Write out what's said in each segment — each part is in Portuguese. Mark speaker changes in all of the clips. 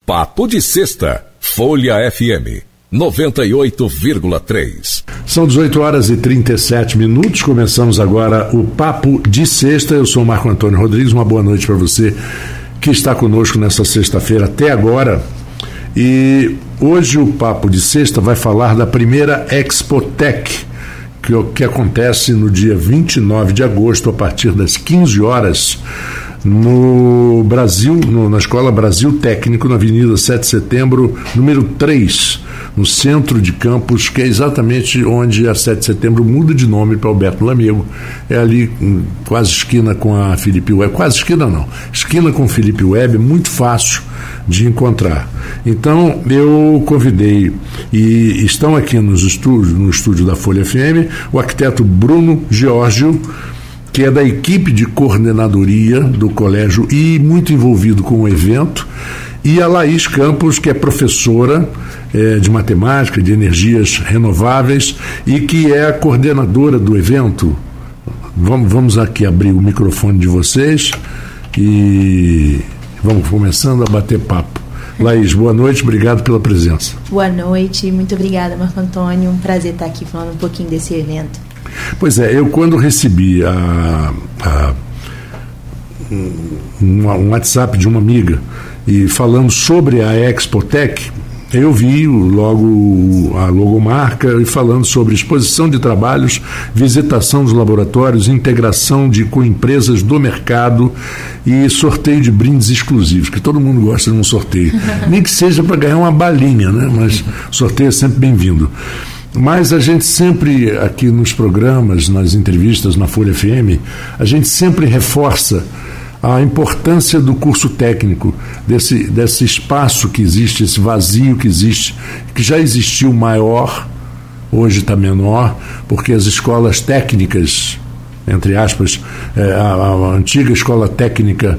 Speaker 1: Papo de Sexta, Folha FM 98,3.
Speaker 2: São 18h37. Começamos agora o Papo de Sexta. Eu sou o Marco Antônio Rodrigues. Uma boa noite para você que está conosco nessa sexta-feira até agora. E hoje o Papo de Sexta vai falar da primeira Expotec, que acontece no dia 29 de agosto, a partir das 15 horas, no Brasil, na Escola Brasil Técnico, na Avenida 7 de Setembro, número 3, no centro de Campos, que é exatamente onde a 7 de Setembro muda de nome para Alberto Lamego. É ali, quase esquina com a Felipe Web. Quase esquina não, esquina com Felipe Web, muito fácil de encontrar. Então eu convidei, e estão aqui no estúdio da Folha FM, o arquiteto Bruno Giorgio, que é da equipe de coordenadoria do colégio e muito envolvido com o evento, e a Laís Campos, que é professora de matemática, de energias renováveis, e que é a coordenadora do evento. Vamos aqui abrir o microfone de vocês e vamos começando a bater papo. Laís, boa noite, obrigado pela presença.
Speaker 3: Boa noite, muito obrigada, Marco Antônio, um prazer estar aqui falando um pouquinho desse evento.
Speaker 2: Pois é, eu quando recebi um WhatsApp de uma amiga e falando sobre a Expotec, eu vi logo a logomarca e falando sobre exposição de trabalhos, visitação dos laboratórios, integração com empresas do mercado e sorteio de brindes exclusivos, que todo mundo gosta de um sorteio, nem que seja para ganhar uma balinha, né? Mas sorteio é sempre bem-vindo. Mas a gente sempre, aqui nos programas, nas entrevistas na Folha FM, a gente sempre reforça a importância do curso técnico, desse espaço que existe, esse vazio que existe, que já existiu maior, hoje está menor, porque as escolas técnicas, entre aspas, a antiga escola técnica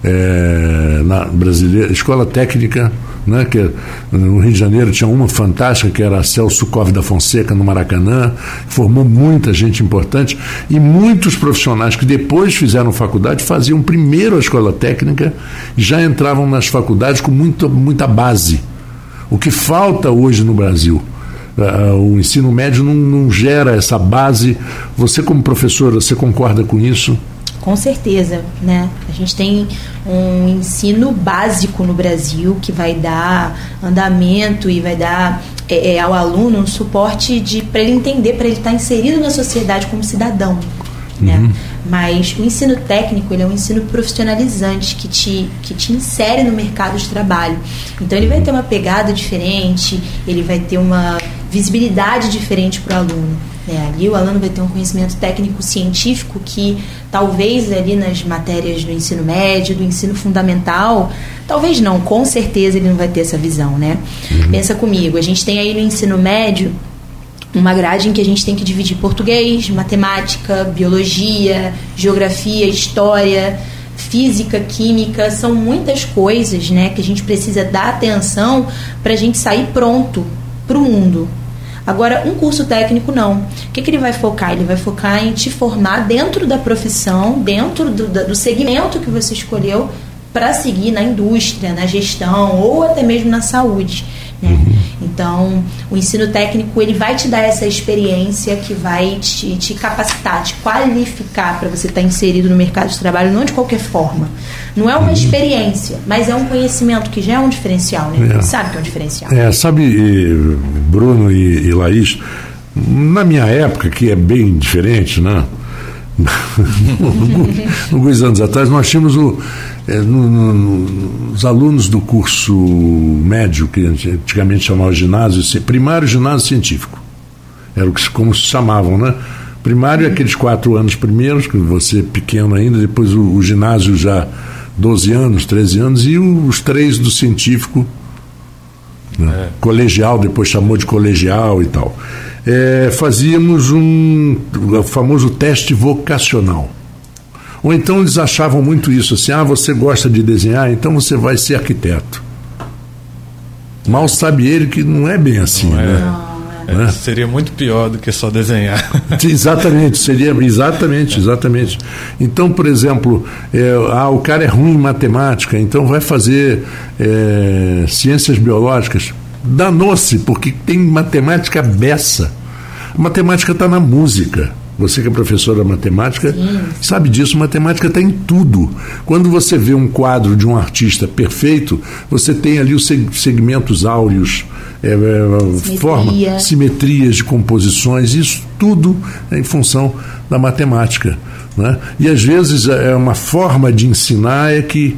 Speaker 2: brasileira, escola técnica, né, que no Rio de Janeiro tinha uma fantástica, que era a Celso Cove da Fonseca, no Maracanã, formou muita gente importante, e muitos profissionais que depois fizeram faculdade faziam primeiro a escola técnica e já entravam nas faculdades com muita base. O que falta hoje no Brasil, o ensino médio não gera essa base. Você, como professora, você concorda com isso?
Speaker 3: Com certeza, né? A gente tem um ensino básico no Brasil que vai dar andamento e vai dar ao aluno um suporte para ele entender, para ele estar inserido na sociedade como cidadão, né? Mas o ensino técnico, ele é um ensino profissionalizante que te insere no mercado de trabalho. Então ele vai ter uma pegada diferente, ele vai ter uma visibilidade diferente para o aluno. Ali o aluno vai ter um conhecimento técnico-científico que talvez ali nas matérias do ensino médio, do ensino fundamental, talvez não, com certeza ele não vai ter essa visão, né? Pensa comigo, a gente tem aí no ensino médio uma grade em que a gente tem que dividir português, matemática, biologia, geografia, história, física, química, são muitas coisas, né, que a gente precisa dar atenção para a gente sair pronto para o mundo. Agora, um curso técnico não. O que ele vai focar? Ele vai focar em te formar dentro da profissão, dentro do segmento que você escolheu para seguir na indústria, na gestão ou até mesmo na saúde, né? Então, o ensino técnico, ele vai te dar essa experiência que vai te capacitar, te qualificar para você estar inserido no mercado de trabalho, não de qualquer forma. Não é uma experiência, mas é um conhecimento que já é um diferencial, né? Você sabe que é um diferencial.
Speaker 2: Sabe, Bruno e Laís, na minha época, que é bem diferente, né? Alguns anos atrás, nós tínhamos os alunos do curso médio, que antigamente chamava ginásio, primário ginásio científico, era como se chamavam, né? Primário é aqueles 4 anos primeiros, que você pequeno ainda, depois o ginásio já 12 anos, 13 anos, e os 3 do científico, né? Colegial, depois chamou de colegial e tal. Fazíamos o famoso teste vocacional. Ou então eles achavam muito isso, assim, você gosta de desenhar, então você vai ser arquiteto. Mal sabe ele que não é bem assim, né? Né?
Speaker 4: Seria muito pior do que só desenhar.
Speaker 2: Exatamente, seria exatamente. Então, por exemplo, o cara é ruim em matemática, então vai fazer ciências biológicas. Danou-se, porque tem matemática beça. A matemática está na música. Você que é professora de matemática, sabe disso, matemática está em tudo. Quando você vê um quadro de um artista perfeito, você tem ali os segmentos áureos, simetrias de composições, isso tudo é em função da matemática. Né? E às vezes é uma forma de ensinar que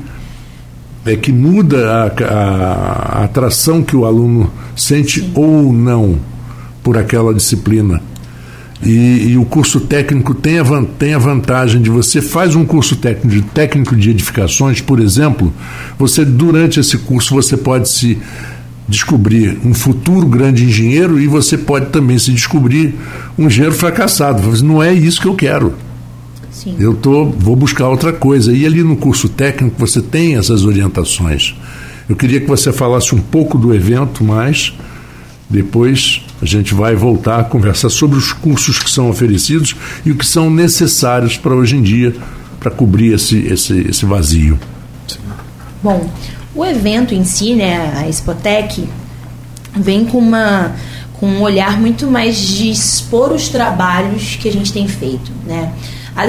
Speaker 2: muda a atração que o aluno sente ou não por aquela disciplina. E o curso técnico tem a vantagem de você faz um curso técnico de edificações, por exemplo, durante esse curso você pode se descobrir um futuro grande engenheiro e você pode também se descobrir um engenheiro fracassado. Não é isso que eu quero.
Speaker 3: Sim.
Speaker 2: Vou buscar outra coisa. E ali no curso técnico você tem essas orientações. Eu queria que você falasse um pouco do evento, mas depois a gente vai voltar a conversar sobre os cursos que são oferecidos e o que são necessários para hoje em dia, para cobrir esse vazio.
Speaker 3: Bom, o evento em si, né, a Expotec, vem com um olhar muito mais de expor os trabalhos que a gente tem feito, né? A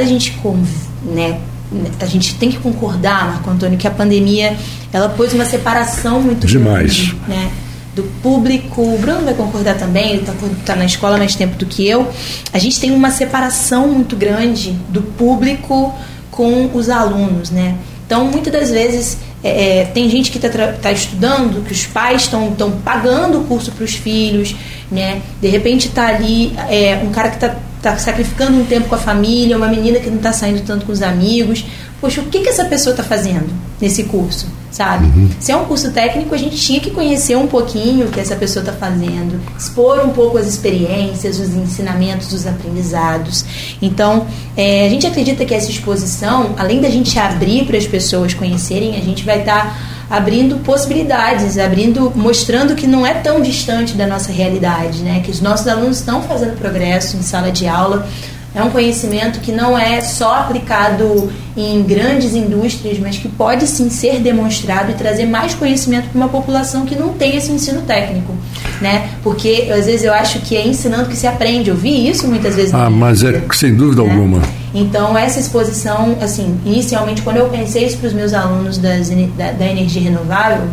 Speaker 3: gente tem que concordar, Marco Antônio, que a pandemia ela pôs uma separação muito grande, né, do público. O Bruno vai concordar também, ele está na escola há mais tempo do que eu. A gente tem uma separação muito grande do público com os alunos, né? Então, muitas das vezes, tem gente que está estudando, que os pais estão pagando o curso para os filhos, né? De repente está ali um cara que está sacrificando um tempo com a família, uma menina que não está saindo tanto com os amigos. Poxa, o que essa pessoa está fazendo nesse curso, sabe? Se é um curso técnico, a gente tinha que conhecer um pouquinho o que essa pessoa está fazendo, expor um pouco as experiências, os ensinamentos, os aprendizados. Então, a gente acredita que essa exposição, além da gente abrir para as pessoas conhecerem, a gente vai estar abrindo possibilidades, mostrando que não é tão distante da nossa realidade, né? Que os nossos alunos estão fazendo progresso em sala de aula. É um conhecimento que não é só aplicado em grandes indústrias, mas que pode sim ser demonstrado e trazer mais conhecimento para uma população que não tem esse ensino técnico, né? Porque às vezes eu acho que é ensinando que se aprende. Eu vi isso muitas vezes.
Speaker 2: Mas sem dúvida alguma.
Speaker 3: Então essa exposição, assim, inicialmente quando eu pensei isso para os meus alunos da energia renovável,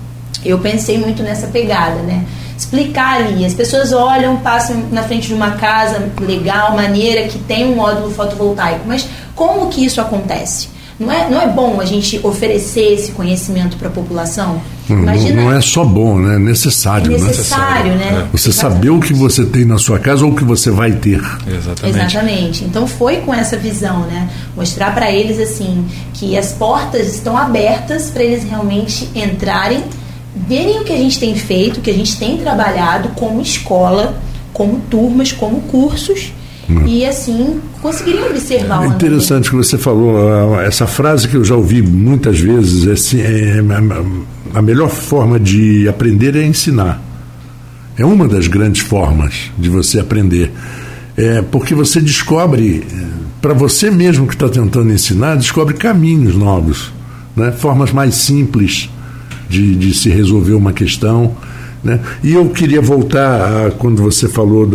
Speaker 3: eu pensei muito nessa pegada, né? Explicar ali, as pessoas olham, passam na frente de uma casa legal, maneira, que tem um módulo fotovoltaico, mas como que isso acontece? Não é bom a gente oferecer esse conhecimento para a população? Imagina,
Speaker 2: não é só bom, né? É necessário.
Speaker 3: É necessário, né?
Speaker 2: Você saber o que você tem na sua casa ou o que você vai ter.
Speaker 3: Exatamente. Então foi com essa visão, né? Mostrar para eles assim que as portas estão abertas para eles realmente entrarem, verem o que a gente tem feito, o que a gente tem trabalhado como escola, como turmas, como cursos, e assim conseguiriam observar o andamento.
Speaker 2: Interessante que você falou, essa frase que eu já ouvi muitas vezes, a melhor forma de aprender é ensinar. É uma das grandes formas de você aprender. Porque você descobre, para você mesmo que está tentando ensinar, descobre caminhos novos, né? Formas mais simples de se resolver uma questão, né? E eu queria voltar quando você falou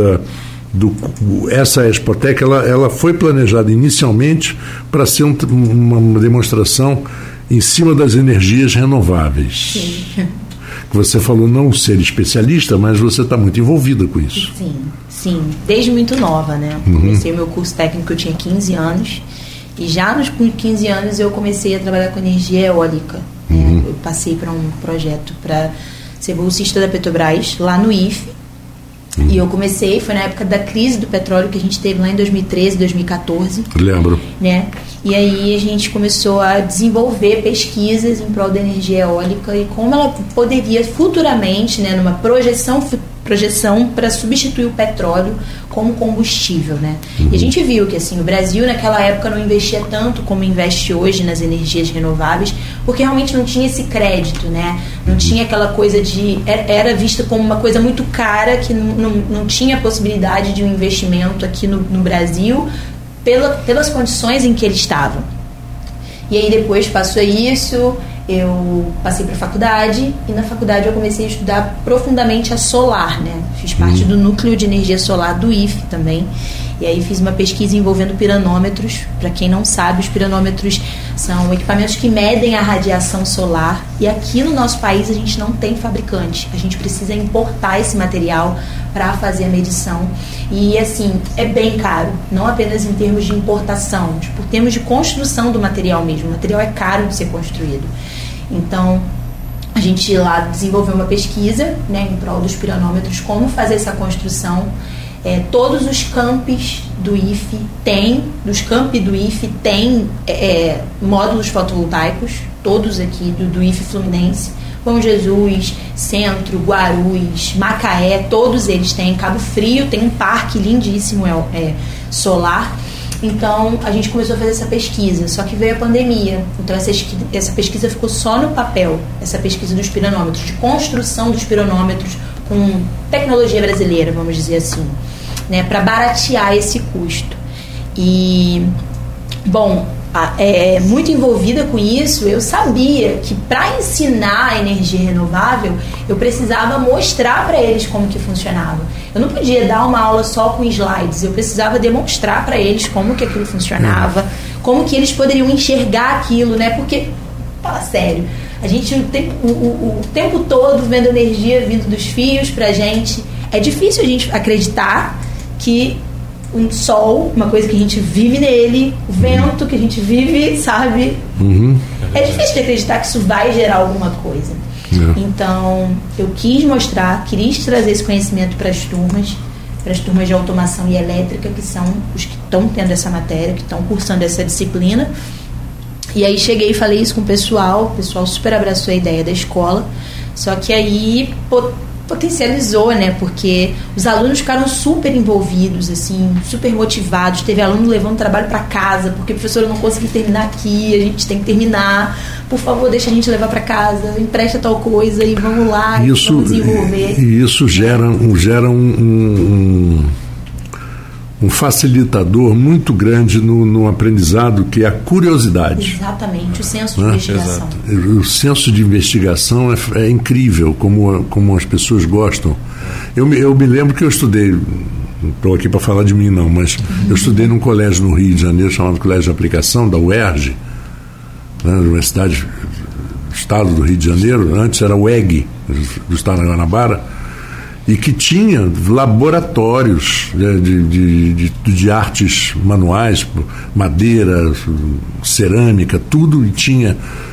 Speaker 2: essa Expotec, ela foi planejada inicialmente para ser uma demonstração em cima das energias renováveis.
Speaker 3: Sim.
Speaker 2: Você falou não ser especialista, mas você está muito envolvida com isso.
Speaker 3: Sim, desde muito nova, né? Comecei o meu curso técnico, eu tinha 15 anos, e já nos 15 anos eu comecei a trabalhar com energia eólica. Eu passei para um projeto para ser bolsista da Petrobras, lá no IFE, e eu comecei, foi na época da crise do petróleo que a gente teve lá em 2013, 2014.
Speaker 2: Lembro.
Speaker 3: Né? E aí a gente começou a desenvolver pesquisas em prol da energia eólica e como ela poderia futuramente, né, numa projeção para substituir o petróleo como combustível, né? E a gente viu que assim, o Brasil naquela época não investia tanto como investe hoje nas energias renováveis, porque realmente não tinha esse crédito, né? Não tinha aquela coisa de... Era vista como uma coisa muito cara, que não tinha possibilidade de um investimento aqui no Brasil, pelas condições em que eles estavam. E aí depois passou isso, eu passei para a faculdade, e na faculdade eu comecei a estudar profundamente a solar, né? Fiz parte do núcleo de energia solar do IFE também. E aí fiz uma pesquisa envolvendo piranômetros. Para quem não sabe, os piranômetros são equipamentos que medem a radiação solar. E aqui no nosso país a gente não tem fabricante. A gente precisa importar esse material para fazer a medição. E assim, é bem caro. Não apenas em termos de importação, por termos de construção do material mesmo. O material é caro de ser construído. Então, a gente lá desenvolveu uma pesquisa, né, em prol dos piranômetros, como fazer essa construção. Todos os campos do IFE têm módulos fotovoltaicos, todos aqui do IFE Fluminense, Bom Jesus, Centro, Guarulhos, Macaé, todos eles têm. Cabo Frio tem um parque lindíssimo solar. Então a gente começou a fazer essa pesquisa, só que veio a pandemia, então essa pesquisa ficou só no papel, essa pesquisa dos piranômetros, de construção dos piranômetros com tecnologia brasileira, vamos dizer assim, né, para baratear esse custo. E, bom, muito envolvida com isso, eu sabia que para ensinar a energia renovável, eu precisava mostrar para eles como que funcionava. Eu não podia dar uma aula só com slides, eu precisava demonstrar para eles como que aquilo funcionava, como que eles poderiam enxergar aquilo, né? Porque, fala sério, a gente o tempo todo vendo energia vindo dos fios pra gente. É difícil a gente acreditar que um sol, uma coisa que a gente vive nele, o vento que a gente vive, sabe? É difícil de acreditar que isso vai gerar alguma coisa. Então, eu queria trazer esse conhecimento para as turmas de automação e elétrica, que são os que estão tendo essa matéria, que estão cursando essa disciplina. E aí cheguei e falei isso com o pessoal super abraçou a ideia da escola, só que aí potencializou, né, porque os alunos ficaram super envolvidos, assim, super motivados. Teve aluno levando trabalho para casa, porque professor, eu não consegui terminar aqui, a gente tem que terminar, por favor, deixa a gente levar para casa, empresta tal coisa e vamos lá, vamos desenvolver. E
Speaker 2: isso gera um facilitador muito grande no aprendizado, que é a curiosidade.
Speaker 3: Exatamente, o senso de investigação.
Speaker 2: Exato. O senso de investigação é incrível, como as pessoas gostam. Eu me lembro que eu estudei, não estou aqui para falar de mim não, mas eu estudei num colégio no Rio de Janeiro, chamado Colégio de Aplicação, da UERJ, né, Universidade do Estado do Rio de Janeiro. Antes era o EG, do Estado da Guanabara, e que tinha laboratórios, né, de artes manuais, madeira, cerâmica, tudo, e tinha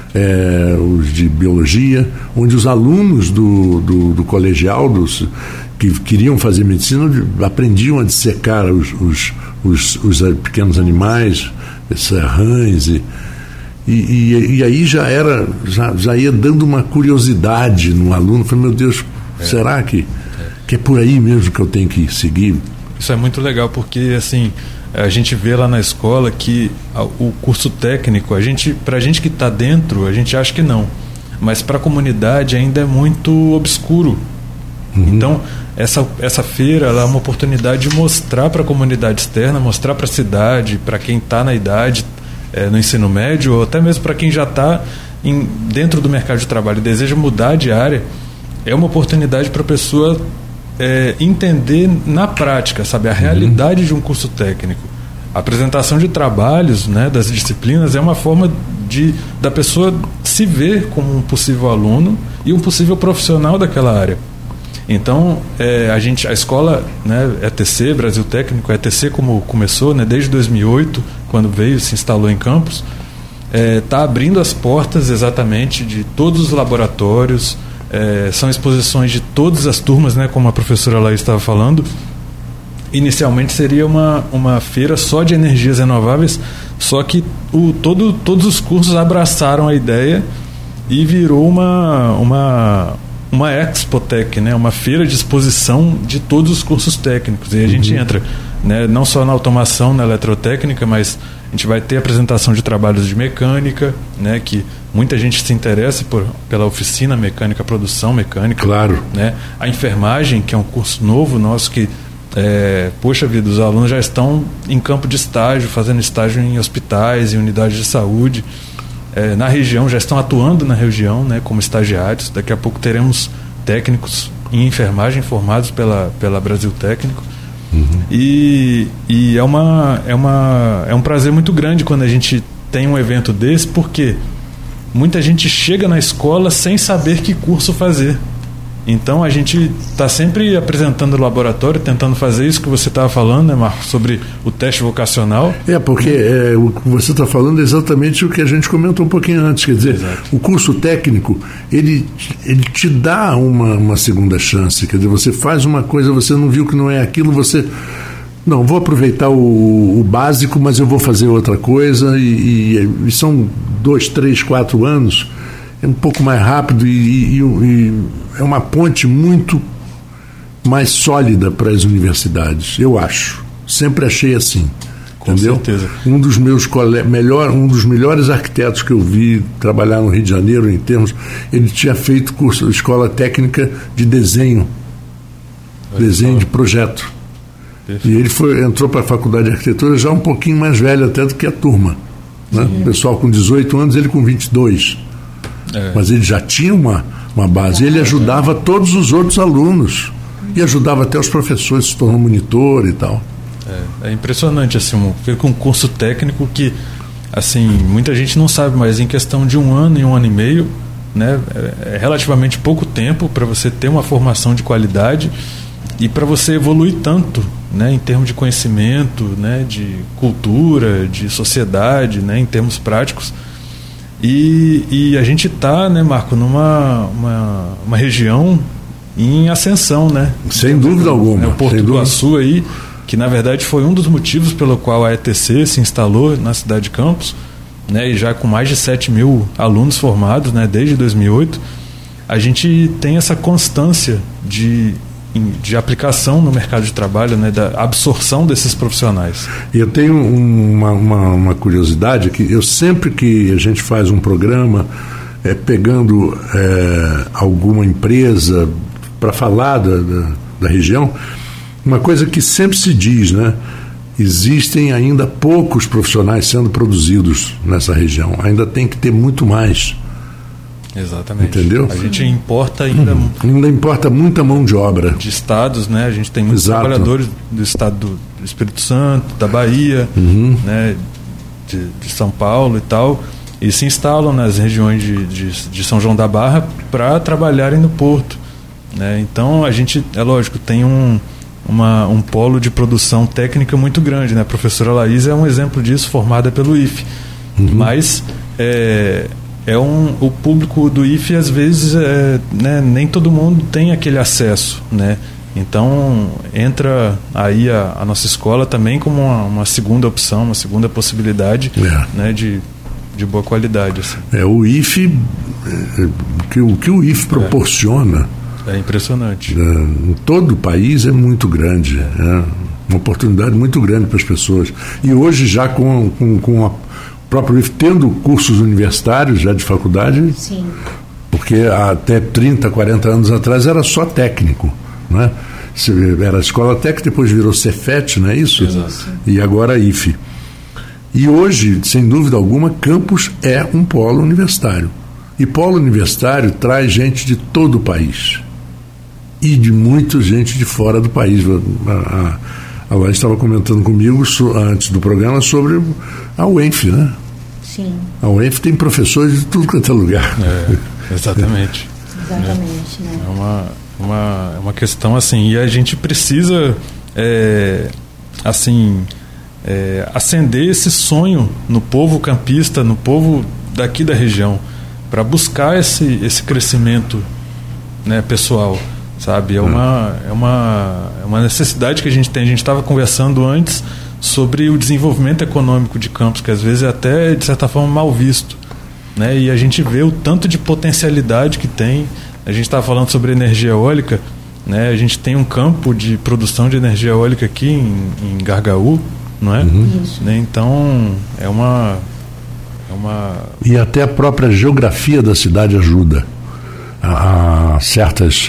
Speaker 2: os de biologia, onde os alunos do colegial, que queriam fazer medicina, aprendiam a dissecar os pequenos animais, rãs, e aí já ia dando uma curiosidade no aluno. Falei, meu Deus, será que é por aí mesmo que eu tenho que seguir?
Speaker 4: Isso é muito legal, porque assim, a gente vê lá na escola que o curso técnico, pra gente que está dentro, a gente acha que não, mas para a comunidade ainda é muito obscuro. Então essa feira, ela é uma oportunidade de mostrar para a comunidade externa, mostrar para a cidade, para quem está na idade, no ensino médio, ou até mesmo para quem já está dentro do mercado de trabalho e deseja mudar de área. É uma oportunidade para a pessoa entender na prática, sabe, a realidade de um curso técnico. A apresentação de trabalhos, né, das disciplinas, é uma forma da pessoa se ver como um possível aluno e um possível profissional daquela área. Então, a escola, né, ETC, Brasil Técnico, ETC, como começou, né, desde 2008, quando se instalou em Campos, está abrindo as portas exatamente de todos os laboratórios. São exposições de todas as turmas, né, como a professora Laís estava falando. Inicialmente seria uma feira só de energias renováveis, só que todos os cursos abraçaram a ideia e virou uma Expotec, né, uma feira de exposição de todos os cursos técnicos. E a gente entra né, não só na automação, na eletrotécnica, mas a gente vai ter apresentação de trabalhos de mecânica, né, que muita gente se interessa pela oficina mecânica, produção mecânica.
Speaker 2: Claro.
Speaker 4: Né, a enfermagem, que é um curso novo nosso que, poxa vida, os alunos já estão em campo de estágio, fazendo estágio em hospitais, em unidades de saúde, na região, já estão atuando na região, né, como estagiários. Daqui a pouco teremos técnicos em enfermagem formados pela Brasil Técnico. E é um prazer muito grande quando a gente tem um evento desse, porque muita gente chega na escola sem saber que curso fazer. Então a gente está sempre apresentando o laboratório, tentando fazer isso que você estava falando, né, Marcos, sobre o teste vocacional.
Speaker 2: Porque o que você está falando é exatamente o que a gente comentou um pouquinho antes. Quer dizer, exato, o curso técnico, ele te dá uma segunda chance. Quer dizer, você faz uma coisa, você não viu que não é aquilo, você... Não, vou aproveitar o básico, mas eu vou fazer outra coisa. E são 2, 3, 4 anos... É um pouco mais rápido e é uma ponte muito mais sólida para as universidades, eu acho. Sempre achei assim.
Speaker 4: Com
Speaker 2: entendeu?
Speaker 4: Certeza.
Speaker 2: Um dos melhores arquitetos que eu vi trabalhar no Rio de Janeiro, em termos, ele tinha feito escola técnica de desenho de projeto. Perfeito. E ele entrou para a faculdade de arquitetura já um pouquinho mais velho até do que a turma, né? O pessoal com 18 anos, ele com 22. Mas ele já tinha uma base. Ele ajudava todos os outros alunos e ajudava até os professores, se tornou monitor e tal.
Speaker 4: É impressionante assim, um curso técnico que assim, muita gente não sabe, mas em questão de 1 ano e 1 ano e meio, né, é relativamente pouco tempo para você ter uma formação de qualidade e para você evoluir tanto, né, em termos de conhecimento, né, de cultura, de sociedade, né, em termos práticos. E a gente está, né, Marco, numa uma região em ascensão, né?
Speaker 2: Sem dúvida alguma.
Speaker 4: O Porto do Iguaçu aí, que na verdade foi um dos motivos pelo qual a ETC se instalou na cidade de Campos, né, e já com mais de 7 mil alunos formados, né, desde 2008, a gente tem essa constância de aplicação no mercado de trabalho, né, da absorção desses profissionais.
Speaker 2: E eu tenho uma curiosidade, que eu sempre que a gente faz um programa pegando alguma empresa para falar da região, uma coisa que sempre se diz, né, existem ainda poucos profissionais sendo produzidos nessa região, ainda tem que ter muito mais.
Speaker 4: Exatamente.
Speaker 2: Entendeu?
Speaker 4: A gente importa ainda
Speaker 2: importa muita mão de obra.
Speaker 4: De estados, né? A gente tem muitos trabalhadores do estado do Espírito Santo, da Bahia, né? De São Paulo e tal, e se instalam nas regiões de São João da Barra para trabalharem no porto, né? Então a gente, é lógico, tem um polo de produção técnica muito grande, né? A professora Laís é um exemplo disso, formada pelo IFE, mas o público do IFE, às vezes, né, nem todo mundo tem aquele acesso, né? Então entra aí a nossa escola também como uma segunda opção, uma segunda possibilidade, né, de boa qualidade, assim.
Speaker 2: O IFE, o que o IFE proporciona
Speaker 3: É
Speaker 4: impressionante.
Speaker 2: Em todo o país é muito grande. É uma oportunidade muito grande para as pessoas. E hoje, já com a própria IFE tendo cursos universitários já de faculdade,
Speaker 3: sim,
Speaker 2: porque até 30, 40 anos atrás era só técnico, né? Era a escola técnica, depois virou Cefet, não é isso?
Speaker 4: Exato.
Speaker 2: E agora a IFE. E hoje, sem dúvida alguma, campus é um polo universitário. E polo universitário traz gente de todo o país. E de muita gente de fora do país. A Laís estava comentando comigo antes do programa sobre a UENF, né?
Speaker 3: Sim.
Speaker 2: A UENF tem professores de tudo quanto é lugar.
Speaker 4: Exatamente.
Speaker 3: Exatamente, né?
Speaker 4: É uma questão assim, e a gente precisa acender esse sonho no povo campista, no povo daqui da região, para buscar esse crescimento, né, pessoal, sabe? É uma necessidade que a gente tem. A gente estava conversando antes sobre o desenvolvimento econômico de Campos, que às vezes é até, de certa forma, mal visto, né? E a gente vê o tanto de potencialidade que tem. A gente estava falando sobre energia eólica, né? A gente tem um campo de produção de energia eólica aqui em Gargaú, não é?
Speaker 3: Isso.
Speaker 4: Né? Então, é uma...
Speaker 2: E até a própria geografia da cidade ajuda a certos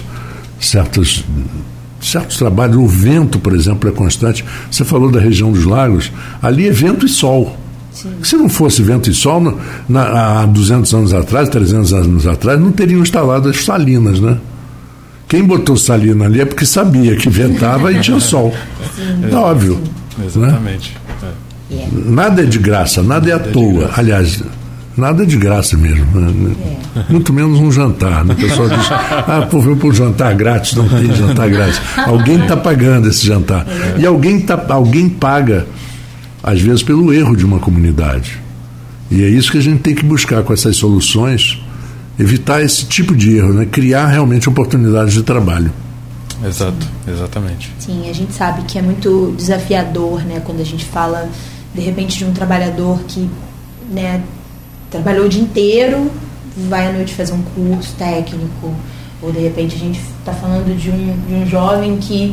Speaker 2: trabalhos. O vento, por exemplo, é constante. Você falou da região dos lagos, ali é vento e sol.
Speaker 3: Sim.
Speaker 2: Se não fosse vento e sol, há 200 anos atrás, 300 anos atrás, não teriam instalado as salinas, né? Quem botou salina ali é porque sabia que ventava e tinha sol.
Speaker 3: Sim.
Speaker 2: Óbvio.
Speaker 4: Sim. Exatamente.
Speaker 2: Né? Nada é de graça, nada é à toa. Aliás, nada é de graça mesmo. Né? Muito menos um jantar. Né? O pessoal diz, por jantar grátis, não tem jantar grátis. Alguém está pagando esse jantar. E alguém paga, às vezes, pelo erro de uma comunidade. E é isso que a gente tem que buscar com essas soluções, evitar esse tipo de erro, né? Criar realmente oportunidades de trabalho.
Speaker 4: Exato, exatamente.
Speaker 3: Sim, a gente sabe que é muito desafiador, né, quando a gente fala, de repente, de um trabalhador que, né, trabalhou o dia inteiro, vai à noite fazer um curso técnico, ou de repente a gente está falando de um jovem que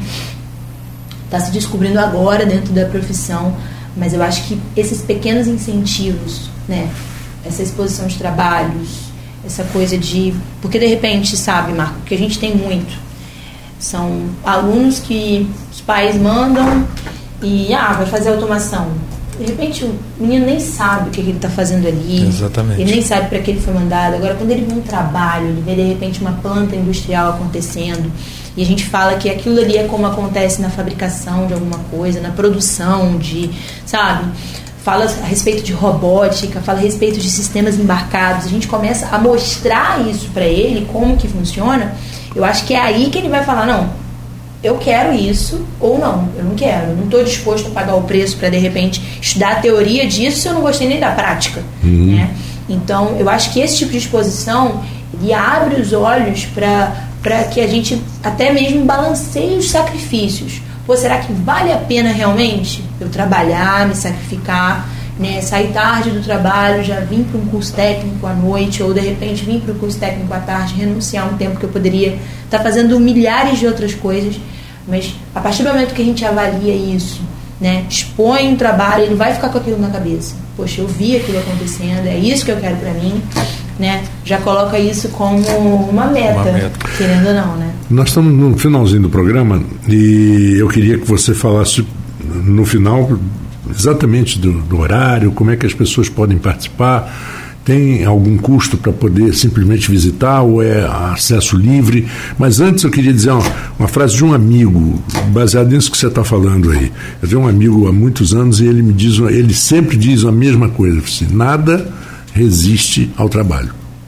Speaker 3: está se descobrindo agora dentro da profissão, mas eu acho que esses pequenos incentivos, né, essa exposição de trabalhos, essa coisa de... Porque de repente, sabe, Marco, que a gente tem muito, são alunos que os pais mandam e vai fazer automação. De repente o menino nem sabe o que ele está fazendo ali.
Speaker 4: Exatamente.
Speaker 3: Ele nem sabe para que ele foi mandado. Agora, quando ele vê um trabalho, ele vê de repente uma planta industrial acontecendo, e a gente fala que aquilo ali é como acontece na fabricação de alguma coisa, na produção de, sabe, fala a respeito de robótica, fala a respeito de sistemas embarcados, a gente começa a mostrar isso para ele, como que funciona. Eu acho que é aí que ele vai falar, não, eu quero isso, ou não, eu não quero, eu não estou disposto a pagar o preço para, de repente, estudar a teoria disso se eu não gostei nem da prática. Né? Então, eu acho que esse tipo de exposição, ele abre os olhos para que a gente até mesmo balanceie os sacrifícios. Pô, será que vale a pena realmente eu trabalhar, me sacrificar, né, sair tarde do trabalho, já vim para um curso técnico à noite, ou de repente vim para o curso técnico à tarde, renunciar um tempo que eu poderia estar fazendo milhares de outras coisas. Mas a partir do momento que a gente avalia isso, né, expõe um trabalho, ele vai ficar com aquilo na cabeça. Poxa, eu vi aquilo acontecendo, é isso que eu quero para mim, né? Já coloca isso como uma meta, querendo ou não, né? Nós
Speaker 2: estamos no finalzinho do programa e eu queria que você falasse no final exatamente do horário, como é que as pessoas podem participar. Tem algum custo para poder simplesmente visitar ou é acesso livre? Mas antes eu queria dizer uma frase de um amigo, baseado nisso que você está falando aí. Eu tenho um amigo há muitos anos e ele sempre diz a mesma coisa, assim, nada resiste ao trabalho.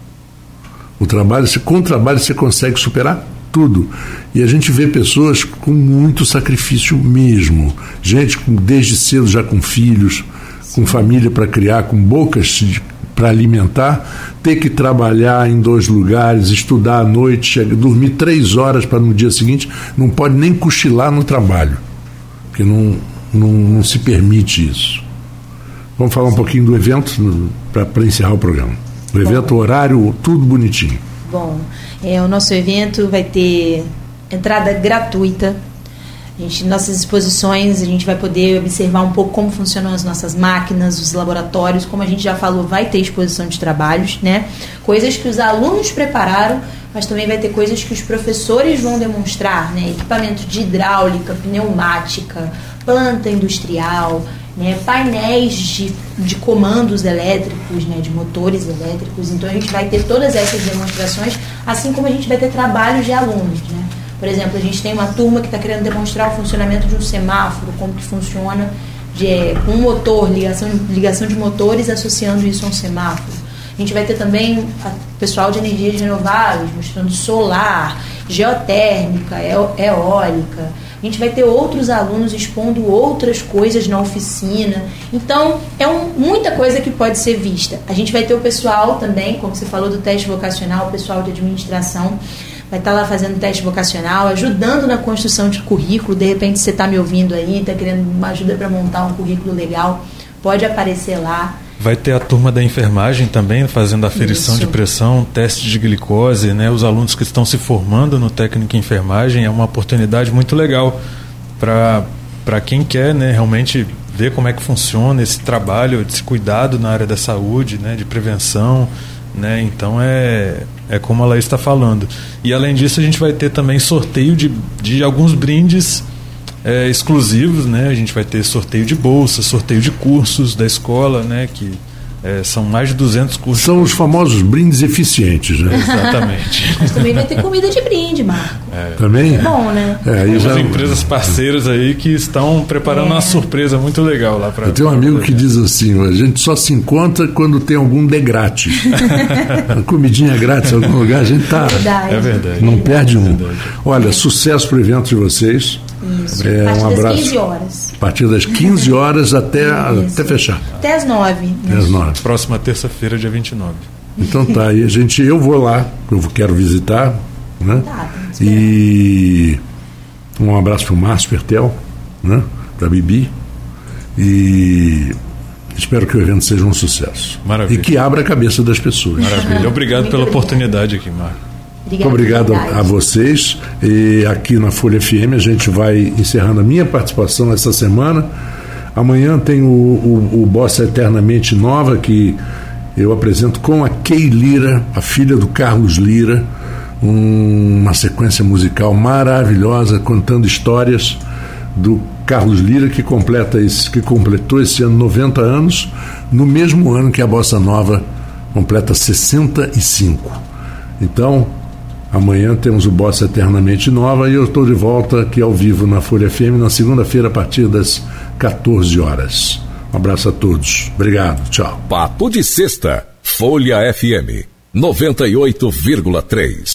Speaker 2: Com o trabalho você consegue superar tudo. E a gente vê pessoas com muito sacrifício mesmo. Gente desde cedo já com filhos, com família para criar, com bocas para alimentar, ter que trabalhar em 2 lugares, estudar à noite, dormir 3 horas para no dia seguinte, não pode nem cochilar no trabalho, porque não se permite isso. Vamos falar um pouquinho do evento para encerrar o programa. O evento, horário, tudo bonitinho.
Speaker 3: Bom, o nosso evento vai ter entrada gratuita. Nossas exposições, a gente vai poder observar um pouco como funcionam as nossas máquinas, os laboratórios, como a gente já falou, vai ter exposição de trabalhos, né? Coisas que os alunos prepararam, mas também vai ter coisas que os professores vão demonstrar, né? Equipamento de hidráulica, pneumática, planta industrial, né? Painéis de comandos elétricos, né? De motores elétricos. Então a gente vai ter todas essas demonstrações, assim como a gente vai ter trabalhos de alunos, né? Por exemplo, a gente tem uma turma que está querendo demonstrar o funcionamento de um semáforo, como que funciona com um motor, ligação de motores associando isso a um semáforo. A gente vai ter também o pessoal de energias renováveis, mostrando solar, geotérmica, eólica. A gente vai ter outros alunos expondo outras coisas na oficina. Então, muita coisa que pode ser vista. A gente vai ter o pessoal também, como você falou do teste vocacional, o pessoal de administração, vai estar lá fazendo teste vocacional, ajudando na construção de currículo. De repente você está me ouvindo aí, está querendo uma ajuda para montar um currículo legal, pode aparecer lá.
Speaker 4: Vai ter a turma da enfermagem também, fazendo aferição de pressão, teste de glicose, né? Os alunos que estão se formando no técnico em enfermagem, é uma oportunidade muito legal para quem quer, né, realmente ver como é que funciona esse trabalho, esse cuidado na área da saúde, né, de prevenção, né? Então é como a Laís está falando. E além disso, a gente vai ter também sorteio de alguns brindes exclusivos, né? A gente vai ter sorteio de bolsa, sorteio de cursos da escola, né? Que são mais de 200 cursos.
Speaker 2: São os famosos brindes eficientes, né?
Speaker 4: Exatamente.
Speaker 3: Mas também vai ter comida de brinde, Marco.
Speaker 2: Também?
Speaker 3: É bom, né?
Speaker 4: Temos empresas parceiras aí que estão preparando uma surpresa muito legal lá para.
Speaker 2: Eu tenho um amigo que diz assim: a gente só se encontra quando tem algum de grátis. Uma comidinha grátis em algum lugar, a gente tá.
Speaker 4: É verdade.
Speaker 2: Não perde um. Olha, sucesso pro evento de vocês.
Speaker 3: Isso.
Speaker 2: Um abraço.
Speaker 3: 15 horas.
Speaker 2: A partir das 15 horas até fechar.
Speaker 3: Até as 9.
Speaker 2: Até as 9.
Speaker 4: Próxima terça-feira, dia 29.
Speaker 2: Então tá, aí eu vou lá, eu quero visitar, né? E um abraço pro Márcio Pertel, né? Pra Bibi. E espero que o evento seja um sucesso.
Speaker 4: Maravilha.
Speaker 2: E que abra a cabeça das pessoas.
Speaker 4: Maravilha. Obrigado pela oportunidade aqui, Marco.
Speaker 2: Muito obrigado a vocês. E aqui na Folha FM a gente vai encerrando a minha participação essa semana. Amanhã tem o Bossa Eternamente Nova, que eu apresento com a Kay Lira, a filha do Carlos Lira, uma sequência musical maravilhosa, contando histórias do Carlos Lira, que completou esse ano 90 anos, no mesmo ano que a Bossa Nova completa 65. Então, amanhã temos o Bossa Eternamente Nova e eu estou de volta aqui ao vivo na Folha FM na segunda-feira a partir das 14 horas. Um abraço a todos. Obrigado. Tchau.
Speaker 1: Papo de Sexta, Folha FM 98,3.